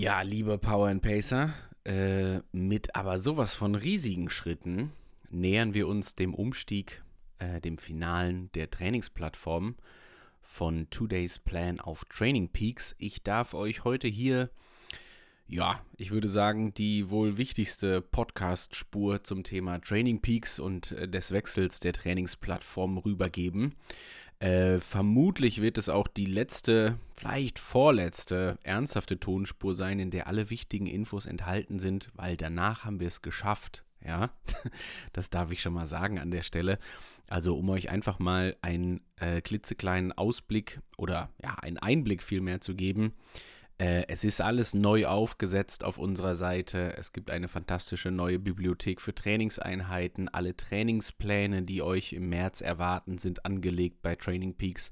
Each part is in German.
Ja, liebe Power and Pacer, mit aber sowas von riesigen Schritten nähern wir uns dem Umstieg, dem Finalen der Trainingsplattform von Today's Plan auf Training Peaks. Ich darf euch heute hier, ich würde sagen, die wohl wichtigste Podcast-Spur zum Thema Training Peaks und des Wechsels der Trainingsplattform rübergeben. Vermutlich wird es auch die letzte, vielleicht vorletzte, ernsthafte Tonspur sein, in der alle wichtigen Infos enthalten sind, weil danach haben wir es geschafft. Ja, das darf ich schon mal sagen an der Stelle. Also um euch einfach mal einen klitzekleinen Ausblick oder einen Einblick vielmehr zu geben. Es ist alles neu aufgesetzt auf unserer Seite. Es gibt eine fantastische neue Bibliothek für Trainingseinheiten. Alle Trainingspläne, die euch im März erwarten, sind angelegt bei Training Peaks.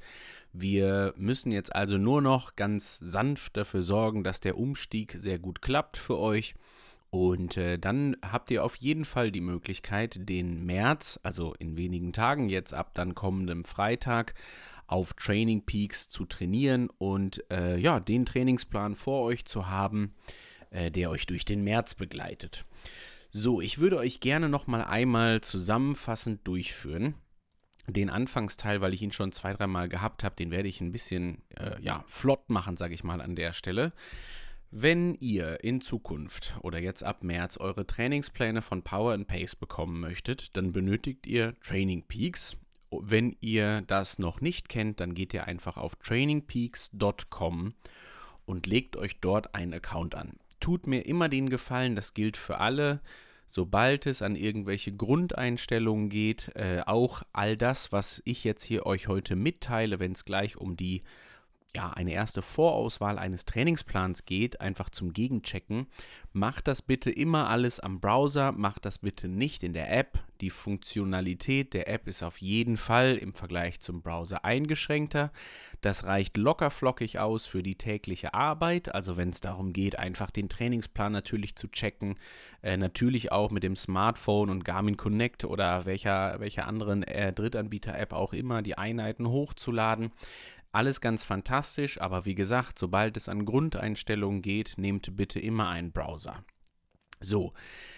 Wir müssen jetzt also nur noch ganz sanft dafür sorgen, dass der Umstieg sehr gut klappt für euch. Und dann habt ihr auf jeden Fall die Möglichkeit, den März, also in wenigen Tagen, jetzt ab dann kommendem Freitag, auf Training Peaks zu trainieren und den Trainingsplan vor euch zu haben, der euch durch den März begleitet. So, ich würde euch gerne nochmal einmal zusammenfassend durchführen. Den Anfangsteil, weil ich ihn schon 2-3 Mal gehabt habe, den werde ich ein bisschen flott machen, sage ich mal an der Stelle. Wenn ihr in Zukunft oder jetzt ab März eure Trainingspläne von Power and Pace bekommen möchtet, dann benötigt ihr Training Peaks. Wenn ihr das noch nicht kennt, dann geht ihr einfach auf trainingpeaks.com und legt euch dort einen Account an. Tut mir immer den Gefallen, das gilt für alle, sobald es an irgendwelche Grundeinstellungen geht, auch all das, was ich jetzt hier euch heute mitteile, wenn es gleich um die eine erste Vorauswahl eines Trainingsplans geht, einfach zum Gegenchecken, macht das bitte immer alles am Browser, macht das bitte nicht in der App. Die Funktionalität der App ist auf jeden Fall im Vergleich zum Browser eingeschränkter. Das reicht lockerflockig aus für die tägliche Arbeit, also wenn es darum geht, einfach den Trainingsplan natürlich zu checken, natürlich auch mit dem Smartphone und Garmin Connect oder welcher anderen Drittanbieter-App auch immer die Einheiten hochzuladen. Alles ganz fantastisch, aber wie gesagt, sobald es an Grundeinstellungen geht, nehmt bitte immer einen Browser. So,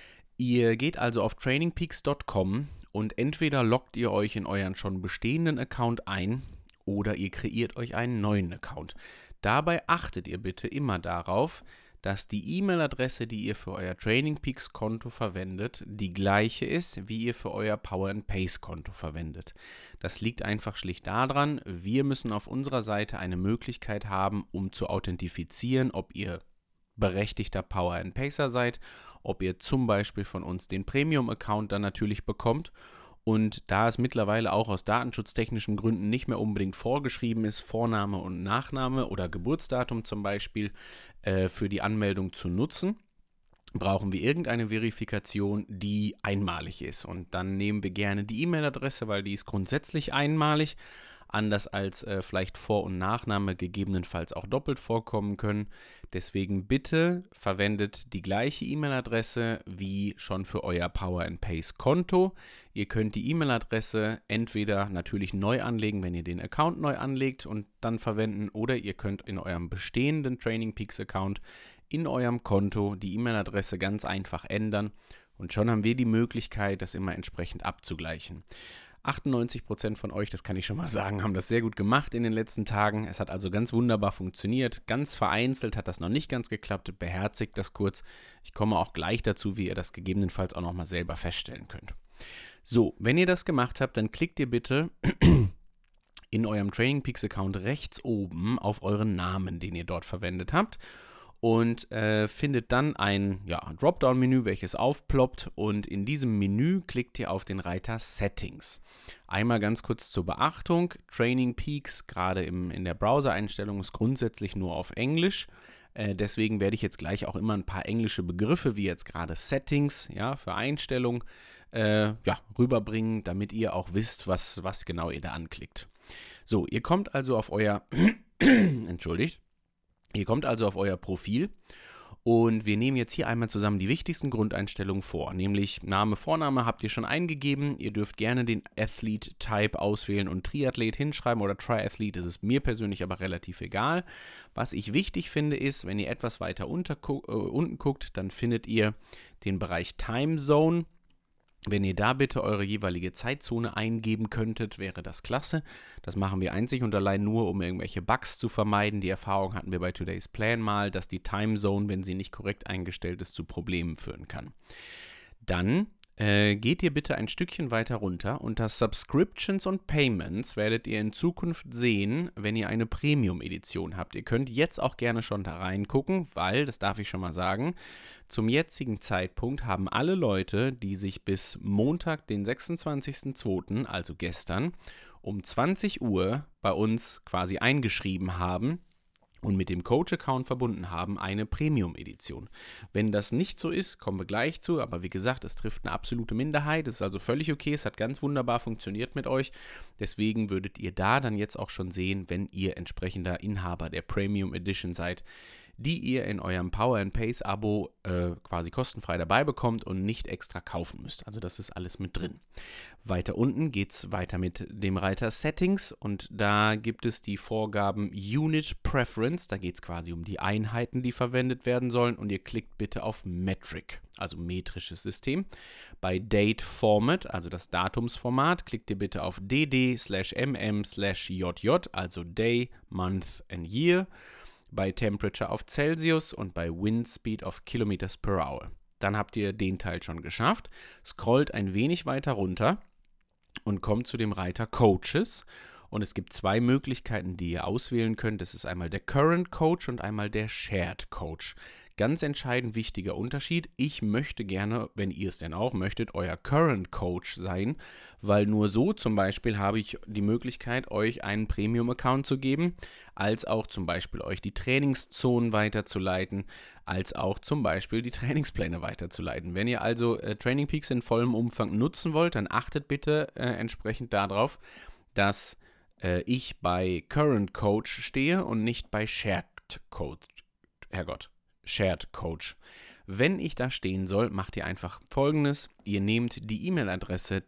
ihr geht also auf trainingpeaks.com und entweder loggt ihr euch in euren schon bestehenden Account ein oder ihr kreiert euch einen neuen Account. Dabei achtet ihr bitte immer darauf, dass die E-Mail-Adresse, die ihr für euer Training Peaks Konto verwendet, die gleiche ist, wie ihr für euer Power and Pace Konto verwendet. Das liegt einfach schlicht daran, wir müssen auf unserer Seite eine Möglichkeit haben, um zu authentifizieren, ob ihr berechtigter Power and Pacer seid, ob ihr zum Beispiel von uns den Premium-Account dann natürlich bekommt. Und da es mittlerweile auch aus datenschutztechnischen Gründen nicht mehr unbedingt vorgeschrieben ist, Vorname und Nachname oder Geburtsdatum zum Beispiel für die Anmeldung zu nutzen, brauchen wir irgendeine Verifikation, die einmalig ist. Und dann nehmen wir gerne die E-Mail-Adresse, weil die ist grundsätzlich einmalig, anders als vielleicht Vor- und Nachname gegebenenfalls auch doppelt vorkommen können. Deswegen bitte verwendet die gleiche E-Mail-Adresse wie schon für euer Power and Pace Konto. Ihr könnt die E-Mail-Adresse entweder natürlich neu anlegen, wenn ihr den Account neu anlegt und dann verwenden, oder ihr könnt in eurem bestehenden Training Peaks Account in eurem Konto die E-Mail-Adresse ganz einfach ändern und schon haben wir die Möglichkeit, das immer entsprechend abzugleichen. 98% von euch, das kann ich schon mal sagen, haben das sehr gut gemacht in den letzten Tagen. Es hat also ganz wunderbar funktioniert. Ganz vereinzelt hat das noch nicht ganz geklappt. Beherzigt das kurz. Ich komme auch gleich dazu, wie ihr das gegebenenfalls auch nochmal selber feststellen könnt. So, wenn ihr das gemacht habt, dann klickt ihr bitte in eurem Training Peaks Account rechts oben auf euren Namen, den ihr dort verwendet habt. Und findet dann ein Dropdown-Menü, welches aufploppt, und in diesem Menü klickt ihr auf den Reiter Settings. Einmal ganz kurz zur Beachtung, Training Peaks, gerade in der Browser-Einstellung, ist grundsätzlich nur auf Englisch. Deswegen werde ich jetzt gleich auch immer ein paar englische Begriffe, wie jetzt gerade Settings, für Einstellung, rüberbringen, damit ihr auch wisst, was genau ihr da anklickt. So, ihr kommt also auf euer Ihr kommt also auf euer Profil Und wir nehmen jetzt hier einmal zusammen die wichtigsten Grundeinstellungen vor, nämlich Name, Vorname habt ihr schon eingegeben. Ihr dürft gerne den Athlete-Type auswählen und Triathlet hinschreiben oder Triathlete, das ist mir persönlich aber relativ egal. Was ich wichtig finde ist, wenn ihr etwas weiter unten guckt, dann findet ihr den Bereich Time Zone. Wenn ihr da bitte eure jeweilige Zeitzone eingeben könntet, wäre das klasse. Das machen wir einzig und allein nur, um irgendwelche Bugs zu vermeiden. Die Erfahrung hatten wir bei Today's Plan mal, dass die Timezone, wenn sie nicht korrekt eingestellt ist, zu Problemen führen kann. Dann geht ihr bitte ein Stückchen weiter runter. Unter Subscriptions und Payments werdet ihr in Zukunft sehen, wenn ihr eine Premium-Edition habt. Ihr könnt jetzt auch gerne schon da reingucken, weil, das darf ich schon mal sagen, zum jetzigen Zeitpunkt haben alle Leute, die sich bis Montag, den 26.02., also gestern, um 20 Uhr bei uns quasi eingeschrieben haben, und mit dem Coach-Account verbunden haben, eine Premium-Edition. Wenn das nicht so ist, kommen wir gleich zu, aber wie gesagt, es trifft eine absolute Minderheit, es ist also völlig okay, es hat ganz wunderbar funktioniert mit euch, deswegen würdet ihr da dann jetzt auch schon sehen, wenn ihr entsprechender Inhaber der Premium Edition seid, die ihr in eurem Power and Pace Abo quasi kostenfrei dabei bekommt und nicht extra kaufen müsst. Also das ist alles mit drin. Weiter unten geht es weiter mit dem Reiter Settings und da gibt es die Vorgaben Unit Preference, da geht es quasi um die Einheiten, die verwendet werden sollen und ihr klickt bitte auf Metric, also metrisches System. Bei Date Format, also das Datumsformat, klickt ihr bitte auf dd/mm/jj, also Day, Month and Year. Bei Temperature auf Celsius und bei Wind Speed auf Kilometers per Hour. Dann habt ihr den Teil schon geschafft, scrollt ein wenig weiter runter und kommt zu dem Reiter Coaches. Und es gibt zwei Möglichkeiten, die ihr auswählen könnt. Das ist einmal der Current Coach und einmal der Shared Coach. Ganz entscheidend wichtiger Unterschied. Ich möchte gerne, wenn ihr es denn auch möchtet, euer Current Coach sein, weil nur so zum Beispiel habe ich die Möglichkeit, euch einen Premium-Account zu geben, als auch zum Beispiel euch die Trainingszonen weiterzuleiten, als auch zum Beispiel die Trainingspläne weiterzuleiten. Wenn ihr also Training Peaks in vollem Umfang nutzen wollt, dann achtet bitte entsprechend darauf, dass ich bei Current Coach stehe und nicht bei Shared Coach. Herrgott. Shared Coach. Wenn ich da stehen soll, macht ihr einfach Folgendes. Ihr nehmt die E-Mail-Adresse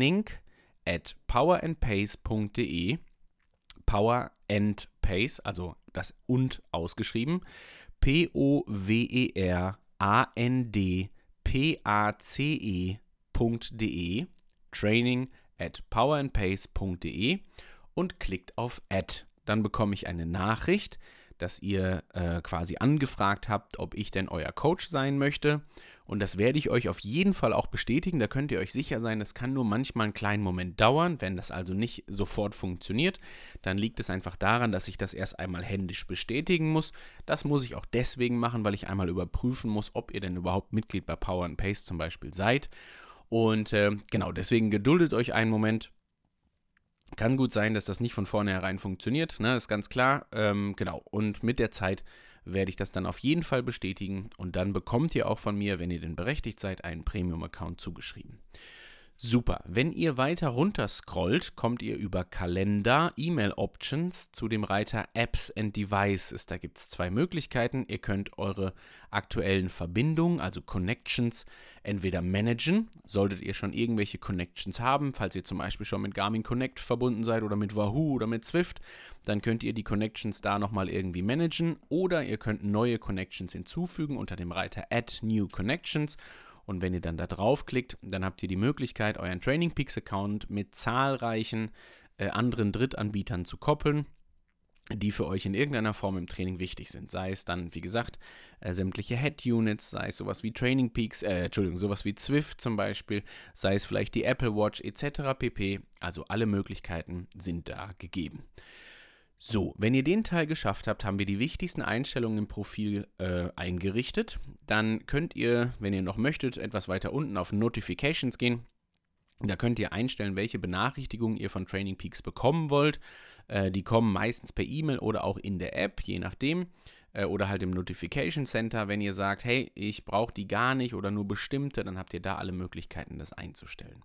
training@powerandpace.de, Power and Pace, also das und ausgeschrieben, powerandpace.de, training@powerandpace.de und klickt auf Add. Dann bekomme ich eine Nachricht, dass ihr quasi angefragt habt, ob ich denn euer Coach sein möchte. Und das werde ich euch auf jeden Fall auch bestätigen. Da könnt ihr euch sicher sein, das kann nur manchmal einen kleinen Moment dauern. Wenn das also nicht sofort funktioniert, dann liegt es einfach daran, dass ich das erst einmal händisch bestätigen muss. Das muss ich auch deswegen machen, weil ich einmal überprüfen muss, ob ihr denn überhaupt Mitglied bei Power and Pace zum Beispiel seid. Und genau, deswegen geduldet euch einen Moment. Kann gut sein, dass das nicht von vornherein funktioniert, ne, ist ganz klar. Genau, und mit der Zeit werde ich das dann auf jeden Fall bestätigen und dann bekommt ihr auch von mir, wenn ihr denn berechtigt seid, einen Premium-Account zugeschrieben. Super, wenn ihr weiter runter scrollt, kommt ihr über Kalender, E-Mail-Options zu dem Reiter Apps and Devices. Da gibt es zwei Möglichkeiten. Ihr könnt eure aktuellen Verbindungen, also Connections, entweder managen. Solltet ihr schon irgendwelche Connections haben, falls ihr zum Beispiel schon mit Garmin Connect verbunden seid oder mit Wahoo oder mit Zwift, dann könnt ihr die Connections da nochmal irgendwie managen. Oder ihr könnt neue Connections hinzufügen unter dem Reiter Add New Connections. Und wenn ihr dann da draufklickt, dann habt ihr die Möglichkeit, euren Training Peaks Account mit zahlreichen anderen Drittanbietern zu koppeln, die für euch in irgendeiner Form im Training wichtig sind. Sei es dann, wie gesagt, sämtliche Head Units, sei es sowas wie Training Peaks, sowas wie Zwift zum Beispiel, sei es vielleicht die Apple Watch etc. pp. Also alle Möglichkeiten sind da gegeben. So, wenn ihr den Teil geschafft habt, haben wir die wichtigsten Einstellungen im Profil eingerichtet. Dann könnt ihr, wenn ihr noch möchtet, etwas weiter unten auf Notifications gehen. Da könnt ihr einstellen, welche Benachrichtigungen ihr von Training Peaks bekommen wollt. Die kommen meistens per E-Mail oder auch in der App, je nachdem. Oder halt im Notification Center. Wenn ihr sagt, hey, ich brauche die gar nicht oder nur bestimmte, dann habt ihr da alle Möglichkeiten, das einzustellen.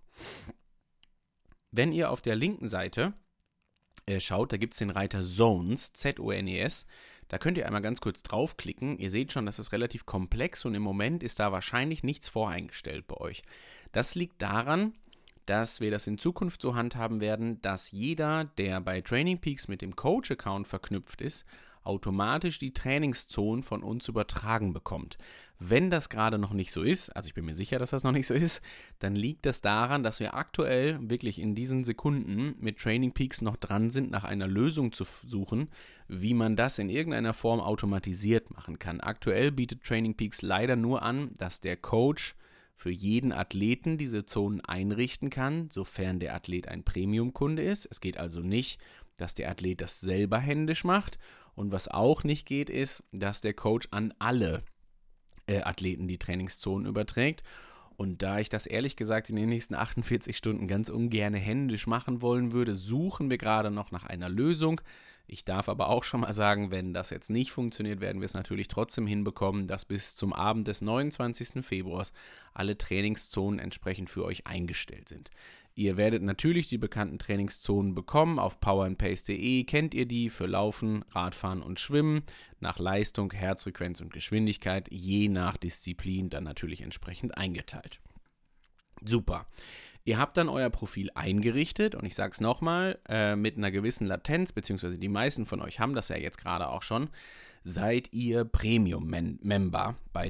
Wenn ihr auf der linken Seite schaut, da gibt es den Reiter Zones, Z-O-N-E-S. Da könnt ihr einmal ganz kurz draufklicken. Ihr seht schon, das ist relativ komplex und im Moment ist da wahrscheinlich nichts voreingestellt bei euch. Das liegt daran, dass wir das in Zukunft so handhaben werden, dass jeder, der bei Training Peaks mit dem Coach-Account verknüpft ist, automatisch die Trainingszonen von uns übertragen bekommt. Wenn das gerade noch nicht so ist, also ich bin mir sicher, dass das noch nicht so ist, dann liegt das daran, dass wir aktuell wirklich in diesen Sekunden mit Training Peaks noch dran sind, nach einer Lösung zu suchen, wie man das in irgendeiner Form automatisiert machen kann. Aktuell bietet Training Peaks leider nur an, dass der Coach für jeden Athleten diese Zonen einrichten kann, sofern der Athlet ein Premium-Kunde ist. Es geht also nicht, dass der Athlet das selber händisch macht. Und was auch nicht geht, ist, dass der Coach an alle Athleten die Trainingszonen überträgt. Und da ich das ehrlich gesagt in den nächsten 48 Stunden ganz ungern händisch machen wollen würde, suchen wir gerade noch nach einer Lösung. Ich darf aber auch schon mal sagen, wenn das jetzt nicht funktioniert, werden wir es natürlich trotzdem hinbekommen, dass bis zum Abend des 29. Februars alle Trainingszonen entsprechend für euch eingestellt sind. Ihr werdet natürlich die bekannten Trainingszonen bekommen. Auf powerandpace.de kennt ihr die für Laufen, Radfahren und Schwimmen. Nach Leistung, Herzfrequenz und Geschwindigkeit, je nach Disziplin dann natürlich entsprechend eingeteilt. Super. Ihr habt dann euer Profil eingerichtet und ich sage es nochmal, mit einer gewissen Latenz, beziehungsweise die meisten von euch haben das ja jetzt gerade auch schon, seid ihr Premium-Member bei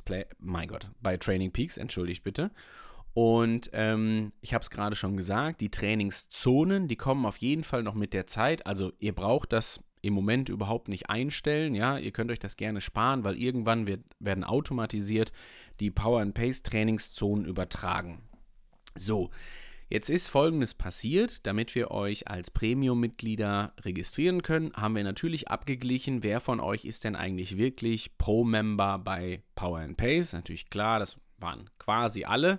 bei Training Peaks, entschuldigt bitte. Und ich habe es gerade schon gesagt, die Trainingszonen, die kommen auf jeden Fall noch mit der Zeit. Also ihr braucht das im Moment überhaupt nicht einstellen. Ja, ihr könnt euch das gerne sparen, weil irgendwann werden automatisiert die Power and Pace Trainingszonen übertragen. So, jetzt ist Folgendes passiert. Damit wir euch als Premium-Mitglieder registrieren können, haben wir natürlich abgeglichen, wer von euch ist denn eigentlich wirklich Pro-Member bei Power and Pace. Natürlich klar, das waren quasi alle.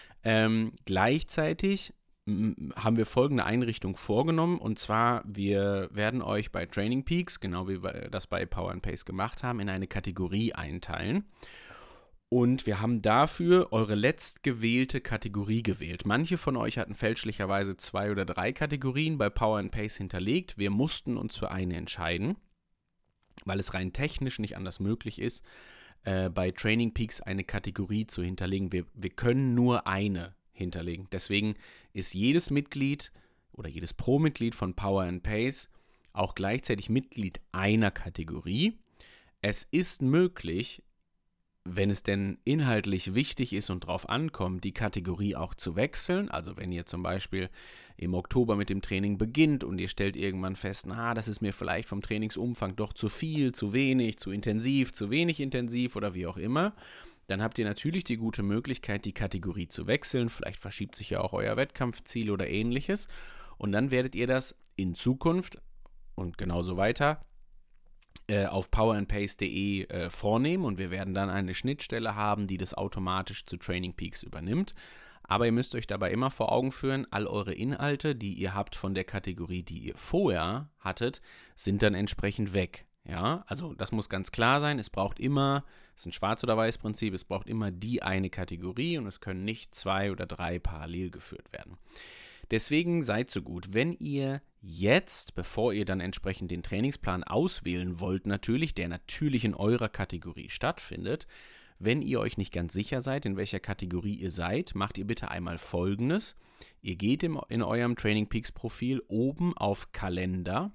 Gleichzeitig haben wir folgende Einrichtung vorgenommen, und zwar, wir werden euch bei Training Peaks, genau wie wir das bei Power and Pace gemacht haben, in eine Kategorie einteilen. Und wir haben dafür eure letztgewählte Kategorie gewählt. Manche von euch hatten fälschlicherweise 2 oder 3 Kategorien bei Power and Pace hinterlegt. Wir mussten uns für eine entscheiden, weil es rein technisch nicht anders möglich ist, bei Training Peaks eine Kategorie zu hinterlegen. Wir können nur eine hinterlegen. Deswegen ist jedes Mitglied oder jedes Pro-Mitglied von Power and Pace auch gleichzeitig Mitglied einer Kategorie. Es ist möglich, wenn es denn inhaltlich wichtig ist und drauf ankommt, die Kategorie auch zu wechseln. Also wenn ihr zum Beispiel im Oktober mit dem Training beginnt und ihr stellt irgendwann fest, das ist mir vielleicht vom Trainingsumfang doch zu viel, zu wenig, zu intensiv, zu wenig intensiv oder wie auch immer, dann habt ihr natürlich die gute Möglichkeit, die Kategorie zu wechseln. Vielleicht verschiebt sich ja auch euer Wettkampfziel oder ähnliches. Und dann werdet ihr das in Zukunft und genauso weiter auf powerandpace.de vornehmen, und wir werden dann eine Schnittstelle haben, die das automatisch zu Training Peaks übernimmt. Aber ihr müsst euch dabei immer vor Augen führen, all eure Inhalte, die ihr habt von der Kategorie, die ihr vorher hattet, sind dann entsprechend weg. Ja, also das muss ganz klar sein. Es braucht immer, es ist ein Schwarz- oder Weiß-Prinzip, es braucht immer die eine Kategorie und es können nicht 2 oder 3 parallel geführt werden. Deswegen seid so gut, wenn ihr jetzt, bevor ihr dann entsprechend den Trainingsplan auswählen wollt, natürlich, der natürlich in eurer Kategorie stattfindet, wenn ihr euch nicht ganz sicher seid, in welcher Kategorie ihr seid, macht ihr bitte einmal Folgendes. Ihr geht in eurem Training Peaks Profil oben auf Kalender,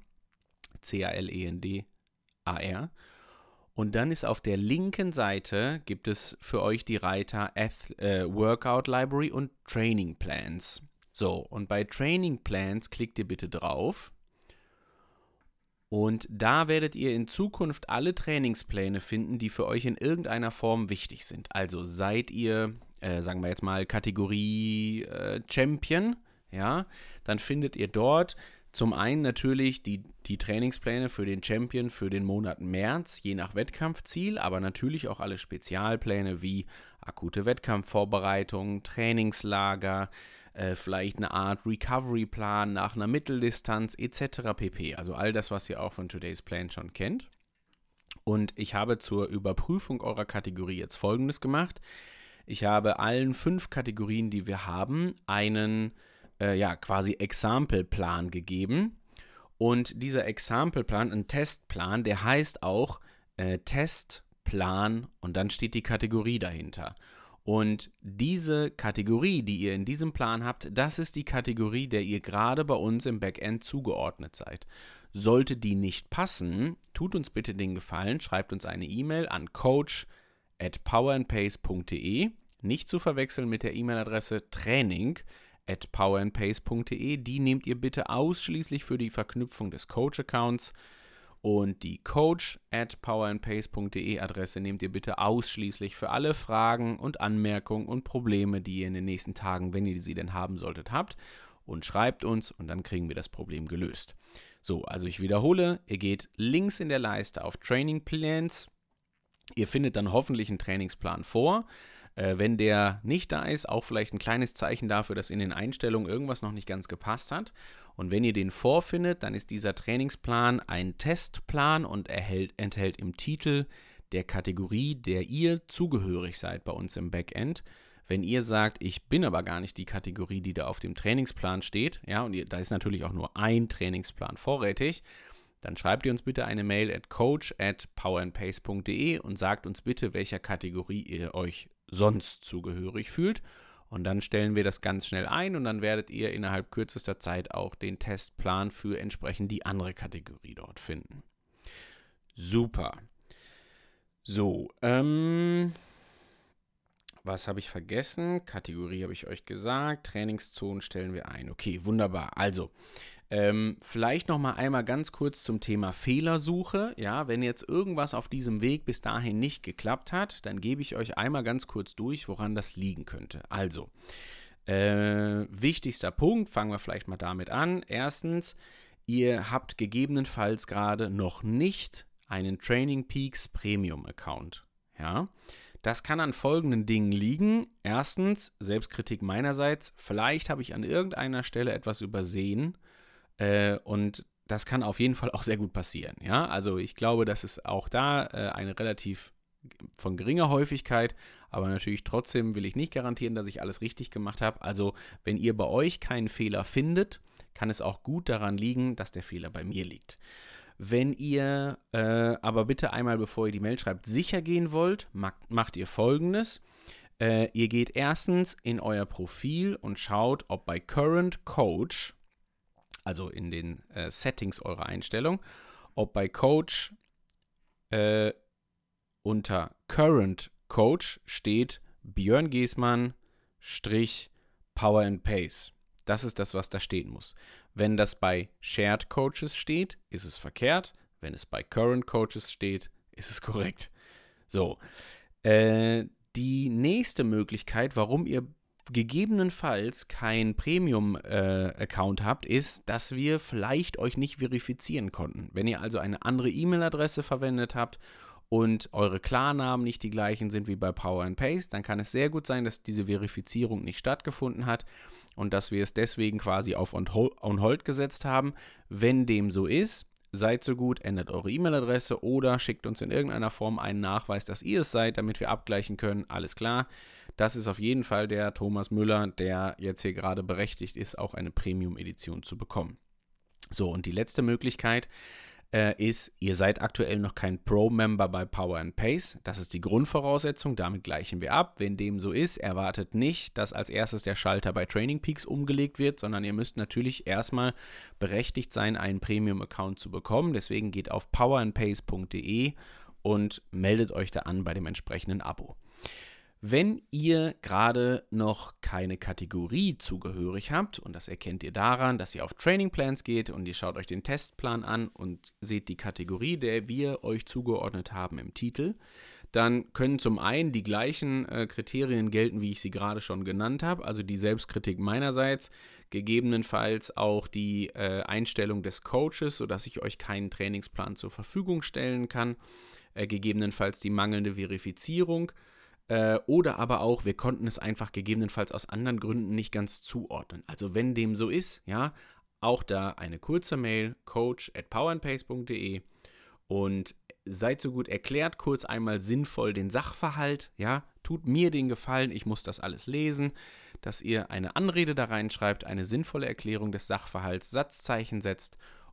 CALENDAR, und dann ist auf der linken Seite, gibt es für euch die Reiter Workout Library und Training Plans. So, und bei Training Plans klickt ihr bitte drauf. Und da werdet ihr in Zukunft alle Trainingspläne finden, die für euch in irgendeiner Form wichtig sind. Also seid ihr, sagen wir jetzt mal, Kategorie Champion, ja, dann findet ihr dort zum einen natürlich die Trainingspläne für den Champion für den Monat März, je nach Wettkampfziel, aber natürlich auch alle Spezialpläne wie akute Wettkampfvorbereitung, Trainingslager, vielleicht eine Art Recovery-Plan nach einer Mitteldistanz etc. pp. Also all das, was ihr auch von Today's Plan schon kennt. Und ich habe zur Überprüfung eurer Kategorie jetzt Folgendes gemacht. Ich habe allen 5 Kategorien, die wir haben, einen quasi Example-Plan gegeben. Und dieser Example-Plan, ein Testplan, der heißt auch Testplan und dann steht die Kategorie dahinter. Und diese Kategorie, die ihr in diesem Plan habt, das ist die Kategorie, der ihr gerade bei uns im Backend zugeordnet seid. Sollte die nicht passen, tut uns bitte den Gefallen, schreibt uns eine E-Mail an coach@powerandpace.de, nicht zu verwechseln mit der E-Mail-Adresse training@powerandpace.de. Die nehmt ihr bitte ausschließlich für die Verknüpfung des Coach-Accounts. Und die coach@powerandpace.de Adresse nehmt ihr bitte ausschließlich für alle Fragen und Anmerkungen und Probleme, die ihr in den nächsten Tagen, wenn ihr sie denn haben solltet, habt. Und schreibt uns und dann kriegen wir das Problem gelöst. So, also ich wiederhole, ihr geht links in der Leiste auf Training Plans. Ihr findet dann hoffentlich einen Trainingsplan vor. Wenn der nicht da ist, auch vielleicht ein kleines Zeichen dafür, dass in den Einstellungen irgendwas noch nicht ganz gepasst hat. Und wenn ihr den vorfindet, dann ist dieser Trainingsplan ein Testplan und enthält im Titel der Kategorie, der ihr zugehörig seid bei uns im Backend. Wenn ihr sagt, ich bin aber gar nicht die Kategorie, die da auf dem Trainingsplan steht, ja, und da ist natürlich auch nur ein Trainingsplan vorrätig, dann schreibt ihr uns bitte eine Mail at coach@powerandpace.de und sagt uns bitte, welcher Kategorie ihr euch sonst zugehörig fühlt. Und dann stellen wir das ganz schnell ein und dann werdet ihr innerhalb kürzester Zeit auch den Testplan für entsprechend die andere Kategorie dort finden. Super. So, was habe ich vergessen? Kategorie habe ich euch gesagt. Trainingszonen stellen wir ein. Okay, wunderbar. Also, vielleicht noch mal einmal ganz kurz zum Thema Fehlersuche. Ja, wenn jetzt irgendwas auf diesem Weg bis dahin nicht geklappt hat, dann gebe ich euch einmal ganz kurz durch, woran das liegen könnte. Also, wichtigster Punkt, fangen wir vielleicht mal damit an. Erstens, ihr habt gegebenenfalls gerade noch nicht einen Training Peaks Premium Account. Ja, das kann an folgenden Dingen liegen. Erstens, Selbstkritik meinerseits, vielleicht habe ich an irgendeiner Stelle etwas übersehen. Und das kann auf jeden Fall auch sehr gut passieren. Ja? Also ich glaube, das ist auch da eine relativ von geringer Häufigkeit, aber natürlich trotzdem will ich nicht garantieren, dass ich alles richtig gemacht habe. Also wenn ihr bei euch keinen Fehler findet, kann es auch gut daran liegen, dass der Fehler bei mir liegt. Wenn ihr aber bitte einmal, bevor ihr die Mail schreibt, sicher gehen wollt, macht ihr Folgendes. Ihr geht erstens in euer Profil und schaut, ob bei Current Coach, also in den Settings eurer Einstellung, ob bei Coach unter Current Coach steht Björn Giesmann Power and Pace. Das ist das, was da stehen muss. Wenn das bei Shared Coaches steht, ist es verkehrt. Wenn es bei Current Coaches steht, ist es korrekt. So, die nächste Möglichkeit, warum ihr gegebenenfalls kein Premium-Account habt, ist, dass wir vielleicht euch nicht verifizieren konnten. Wenn ihr also eine andere E-Mail-Adresse verwendet habt und eure Klarnamen nicht die gleichen sind wie bei Power and Pace, dann kann es sehr gut sein, dass diese Verifizierung nicht stattgefunden hat und dass wir es deswegen quasi auf on hold gesetzt haben. Wenn dem so ist, seid so gut, ändert eure E-Mail-Adresse oder schickt uns in irgendeiner Form einen Nachweis, dass ihr es seid, damit wir abgleichen können. Alles klar. Das ist auf jeden Fall der Thomas Müller, der jetzt hier gerade berechtigt ist, auch eine Premium-Edition zu bekommen. So, und die letzte Möglichkeit ist, ihr seid aktuell noch kein Pro-Member bei Power and Pace. Das ist die Grundvoraussetzung, damit gleichen wir ab. Wenn dem so ist, erwartet nicht, dass als erstes der Schalter bei Training Peaks umgelegt wird, sondern ihr müsst natürlich erstmal berechtigt sein, einen Premium-Account zu bekommen. Deswegen geht auf powerandpace.de und meldet euch da an bei dem entsprechenden Abo. Wenn ihr gerade noch keine Kategorie zugehörig habt, und das erkennt ihr daran, dass ihr auf Training Plans geht und ihr schaut euch den Testplan an und seht die Kategorie, der wir euch zugeordnet haben im Titel, dann können zum einen die gleichen Kriterien gelten, wie ich sie gerade schon genannt habe, also die Selbstkritik meinerseits, gegebenenfalls auch die Einstellung des Coaches, sodass ich euch keinen Trainingsplan zur Verfügung stellen kann, gegebenenfalls die mangelnde Verifizierung, oder aber auch, wir konnten es einfach gegebenenfalls aus anderen Gründen nicht ganz zuordnen. Also wenn dem so ist, ja, auch da eine kurze Mail, coach@powerandpace.de und seid so gut, erklärt kurz einmal sinnvoll den Sachverhalt, ja, tut mir den Gefallen, ich muss das alles lesen, dass ihr eine Anrede da reinschreibt, eine sinnvolle Erklärung des Sachverhalts, Satzzeichen setzt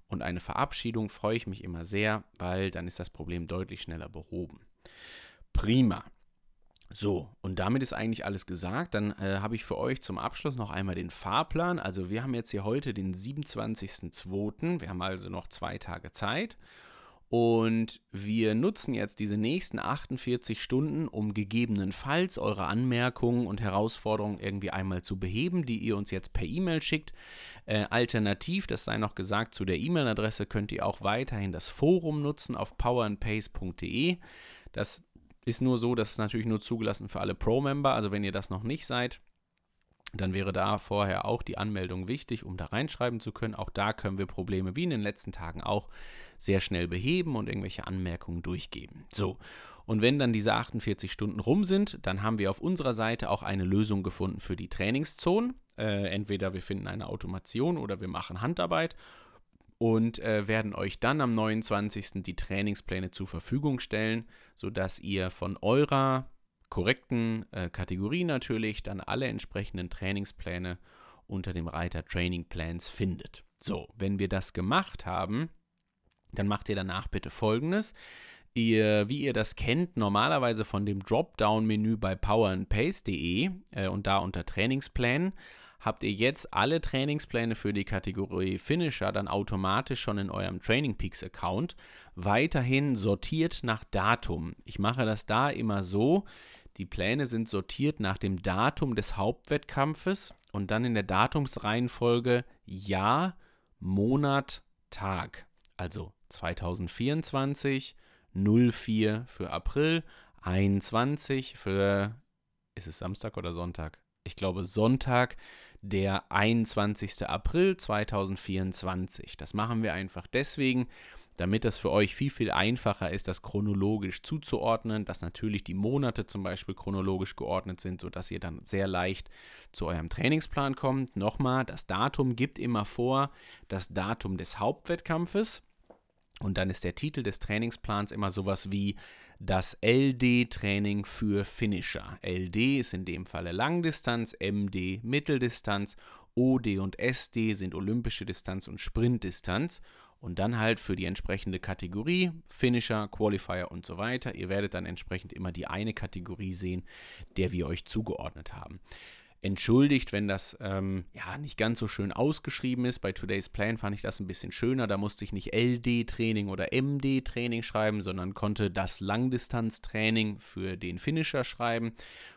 und eine Verabschiedung, freue ich mich immer sehr, weil dann ist das Problem deutlich schneller behoben. Prima. So, und damit ist eigentlich alles gesagt. Dann habe ich für euch zum Abschluss noch einmal den Fahrplan. Also wir haben jetzt hier heute den 27.02. Wir haben also noch 2 Tage Zeit. Und wir nutzen jetzt diese nächsten 48 Stunden, um gegebenenfalls eure Anmerkungen und Herausforderungen irgendwie einmal zu beheben, die ihr uns jetzt per E-Mail schickt. Alternativ, das sei noch gesagt, zu der E-Mail-Adresse könnt ihr auch weiterhin das Forum nutzen auf powerandpace.de. Das ist nur so, das ist natürlich nur zugelassen für alle Pro-Member, also wenn ihr das noch nicht seid, dann wäre da vorher auch die Anmeldung wichtig, um da reinschreiben zu können. Auch da können wir Probleme wie in den letzten Tagen auch sehr schnell beheben und irgendwelche Anmerkungen durchgeben. So, und wenn dann diese 48 Stunden rum sind, dann haben wir auf unserer Seite auch eine Lösung gefunden für die Trainingszonen. Entweder wir finden eine Automation oder wir machen Handarbeit und werden euch dann am 29. die Trainingspläne zur Verfügung stellen, sodass ihr von eurer korrekten Kategorie natürlich dann alle entsprechenden Trainingspläne unter dem Reiter Training Plans findet. So, wenn wir das gemacht haben, dann macht ihr danach bitte Folgendes. Wie ihr das kennt, normalerweise von dem Dropdown-Menü bei powerandpace.de und da unter Trainingsplänen, habt ihr jetzt alle Trainingspläne für die Kategorie Finisher dann automatisch schon in eurem Training Peaks Account, weiterhin sortiert nach Datum. Ich mache das da immer so, die Pläne sind sortiert nach dem Datum des Hauptwettkampfes und dann in der Datumsreihenfolge Jahr, Monat, Tag. Also 2024, 04 für April, 21 für, ist es Samstag oder Sonntag? Ich glaube Sonntag, der 21. April 2024. Das machen wir einfach deswegen, damit das für euch viel, viel einfacher ist, das chronologisch zuzuordnen, dass natürlich die Monate zum Beispiel chronologisch geordnet sind, sodass ihr dann sehr leicht zu eurem Trainingsplan kommt. Nochmal, das Datum gibt immer vor das Datum des Hauptwettkampfes. Und dann ist der Titel des Trainingsplans immer sowas wie das LD-Training für Finisher. LD ist in dem Falle Langdistanz, MD Mitteldistanz, OD und SD sind olympische Distanz und Sprintdistanz. Und dann halt für die entsprechende Kategorie, Finisher, Qualifier und so weiter. Ihr werdet dann entsprechend immer die eine Kategorie sehen, der wir euch zugeordnet haben. Entschuldigt, wenn das nicht ganz so schön ausgeschrieben ist. Bei Today's Plan fand ich das ein bisschen schöner. Da musste ich nicht LD-Training oder MD-Training schreiben, sondern konnte das Langdistanztraining für den Finisher schreiben.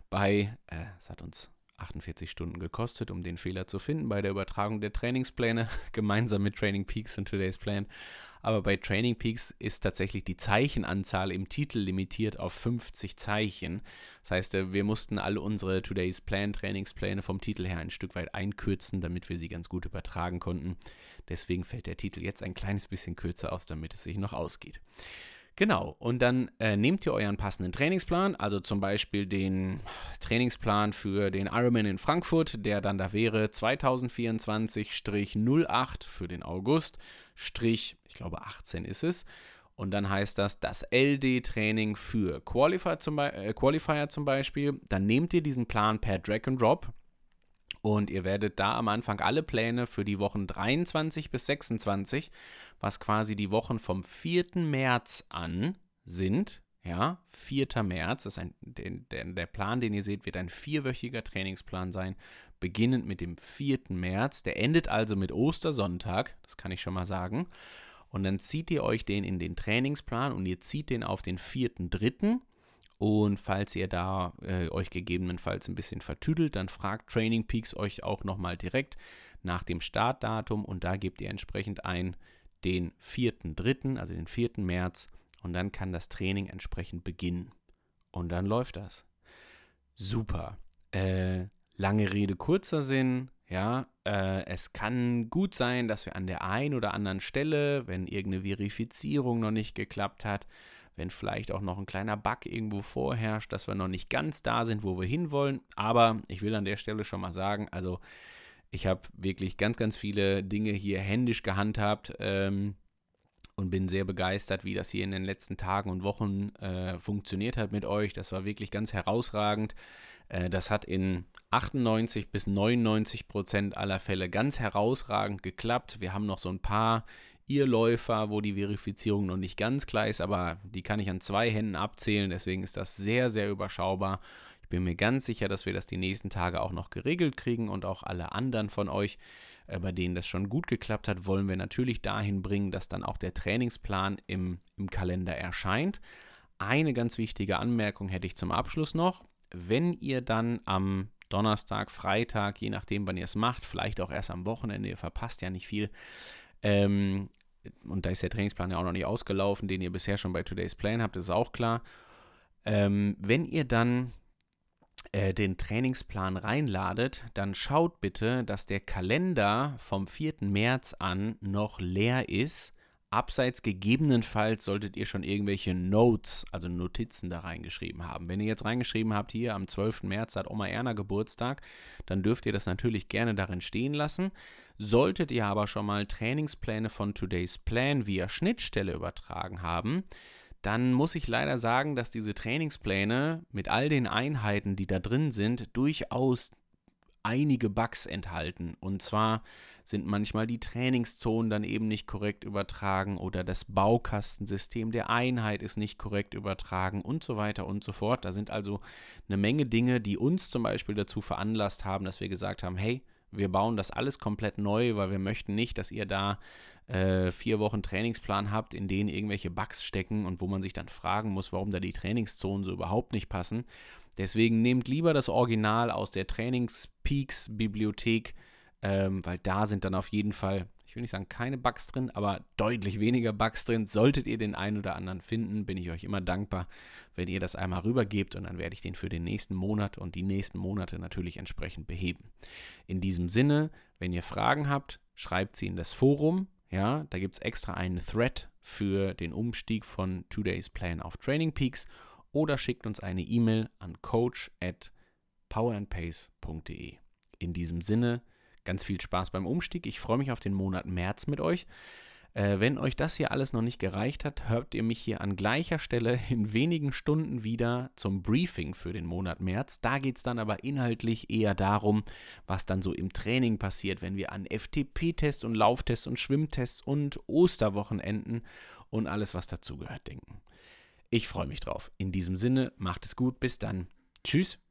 Es hat uns 48 Stunden gekostet, um den Fehler zu finden bei der Übertragung der Trainingspläne, gemeinsam mit Training Peaks und Today's Plan. Aber bei Training Peaks ist tatsächlich die Zeichenanzahl im Titel limitiert auf 50 Zeichen. Das heißt, wir mussten alle unsere Today's Plan Trainingspläne vom Titel her ein Stück weit einkürzen, damit wir sie ganz gut übertragen konnten. Deswegen fällt der Titel jetzt ein kleines bisschen kürzer aus, damit es sich noch ausgeht. Genau, und dann nehmt ihr euren passenden Trainingsplan, also zum Beispiel den Trainingsplan für den Ironman in Frankfurt, der dann da wäre 2024-08 für den August, ich glaube 18 ist es. Und dann heißt das LD-Training für Qualifier zum Beispiel. Dann nehmt ihr diesen Plan per Drag and Drop. Und ihr werdet da am Anfang alle Pläne für die Wochen 23 bis 26, was quasi die Wochen vom 4. März an sind, ja, 4. März, das ist der Plan, den ihr seht, wird ein 4-wöchiger Trainingsplan sein, beginnend mit dem 4. März, der endet also mit Ostersonntag, das kann ich schon mal sagen, und dann zieht ihr euch den in den Trainingsplan und ihr zieht den auf den 4.3., und falls ihr da euch gegebenenfalls ein bisschen vertüdelt, dann fragt Training Peaks euch auch nochmal direkt nach dem Startdatum und da gebt ihr entsprechend ein den 4.3., also den 4. März und dann kann das Training entsprechend beginnen. Und dann läuft das. Super. Lange Rede, kurzer Sinn. Ja, es kann gut sein, dass wir an der einen oder anderen Stelle, wenn irgendeine Verifizierung noch nicht geklappt hat, wenn vielleicht auch noch ein kleiner Bug irgendwo vorherrscht, dass wir noch nicht ganz da sind, wo wir hinwollen. Aber ich will an der Stelle schon mal sagen, also ich habe wirklich ganz, ganz viele Dinge hier händisch gehandhabt und bin sehr begeistert, wie das hier in den letzten Tagen und Wochen funktioniert hat mit euch. Das war wirklich ganz herausragend. Das hat in 98 bis 99% aller Fälle ganz herausragend geklappt. Wir haben noch so ein paar Irrläufer, wo die Verifizierung noch nicht ganz klar ist, aber die kann ich an 2 Händen abzählen, deswegen ist das sehr, sehr überschaubar. Ich bin mir ganz sicher, dass wir das die nächsten Tage auch noch geregelt kriegen und auch alle anderen von euch, bei denen das schon gut geklappt hat, wollen wir natürlich dahin bringen, dass dann auch der Trainingsplan im Kalender erscheint. Eine ganz wichtige Anmerkung hätte ich zum Abschluss noch. Wenn ihr dann am Donnerstag, Freitag, je nachdem, wann ihr es macht, vielleicht auch erst am Wochenende, ihr verpasst ja nicht viel, und da ist der Trainingsplan ja auch noch nicht ausgelaufen, den ihr bisher schon bei Today's Plan habt, ist auch klar. Wenn ihr dann den Trainingsplan reinladet, dann schaut bitte, dass der Kalender vom 4. März an noch leer ist. Abseits gegebenenfalls solltet ihr schon irgendwelche Notes, also Notizen da reingeschrieben haben. Wenn ihr jetzt reingeschrieben habt, hier am 12. März hat Oma Erna Geburtstag, dann dürft ihr das natürlich gerne darin stehen lassen. Solltet ihr aber schon mal Trainingspläne von Today's Plan via Schnittstelle übertragen haben, dann muss ich leider sagen, dass diese Trainingspläne mit all den Einheiten, die da drin sind, durchaus einige Bugs enthalten. Und zwar sind manchmal die Trainingszonen dann eben nicht korrekt übertragen oder das Baukastensystem der Einheit ist nicht korrekt übertragen und so weiter und so fort. Da sind also eine Menge Dinge, die uns zum Beispiel dazu veranlasst haben, dass wir gesagt haben, hey, wir bauen das alles komplett neu, weil wir möchten nicht, dass ihr da 4 Wochen Trainingsplan habt, in denen irgendwelche Bugs stecken und wo man sich dann fragen muss, warum da die Trainingszonen so überhaupt nicht passen. Deswegen nehmt lieber das Original aus der Trainingspeaks-Bibliothek, weil da sind dann auf jeden Fall, ich will nicht sagen keine Bugs drin, aber deutlich weniger Bugs drin. Solltet ihr den einen oder anderen finden, bin ich euch immer dankbar, wenn ihr das einmal rübergebt und dann werde ich den für den nächsten Monat und die nächsten Monate natürlich entsprechend beheben. In diesem Sinne, wenn ihr Fragen habt, schreibt sie in das Forum. Ja, da gibt es extra einen Thread für den Umstieg von Today's Plan auf Training Peaks oder schickt uns eine E-Mail an coach@powerandpace.de. In diesem Sinne, ganz viel Spaß beim Umstieg. Ich freue mich auf den Monat März mit euch. Wenn euch das hier alles noch nicht gereicht hat, hört ihr mich hier an gleicher Stelle in wenigen Stunden wieder zum Briefing für den Monat März. Da geht es dann aber inhaltlich eher darum, was dann so im Training passiert, wenn wir an FTP-Tests und Lauftests und Schwimmtests und Osterwochenenden und alles, was dazugehört, denken. Ich freue mich drauf. In diesem Sinne, macht es gut. Bis dann. Tschüss.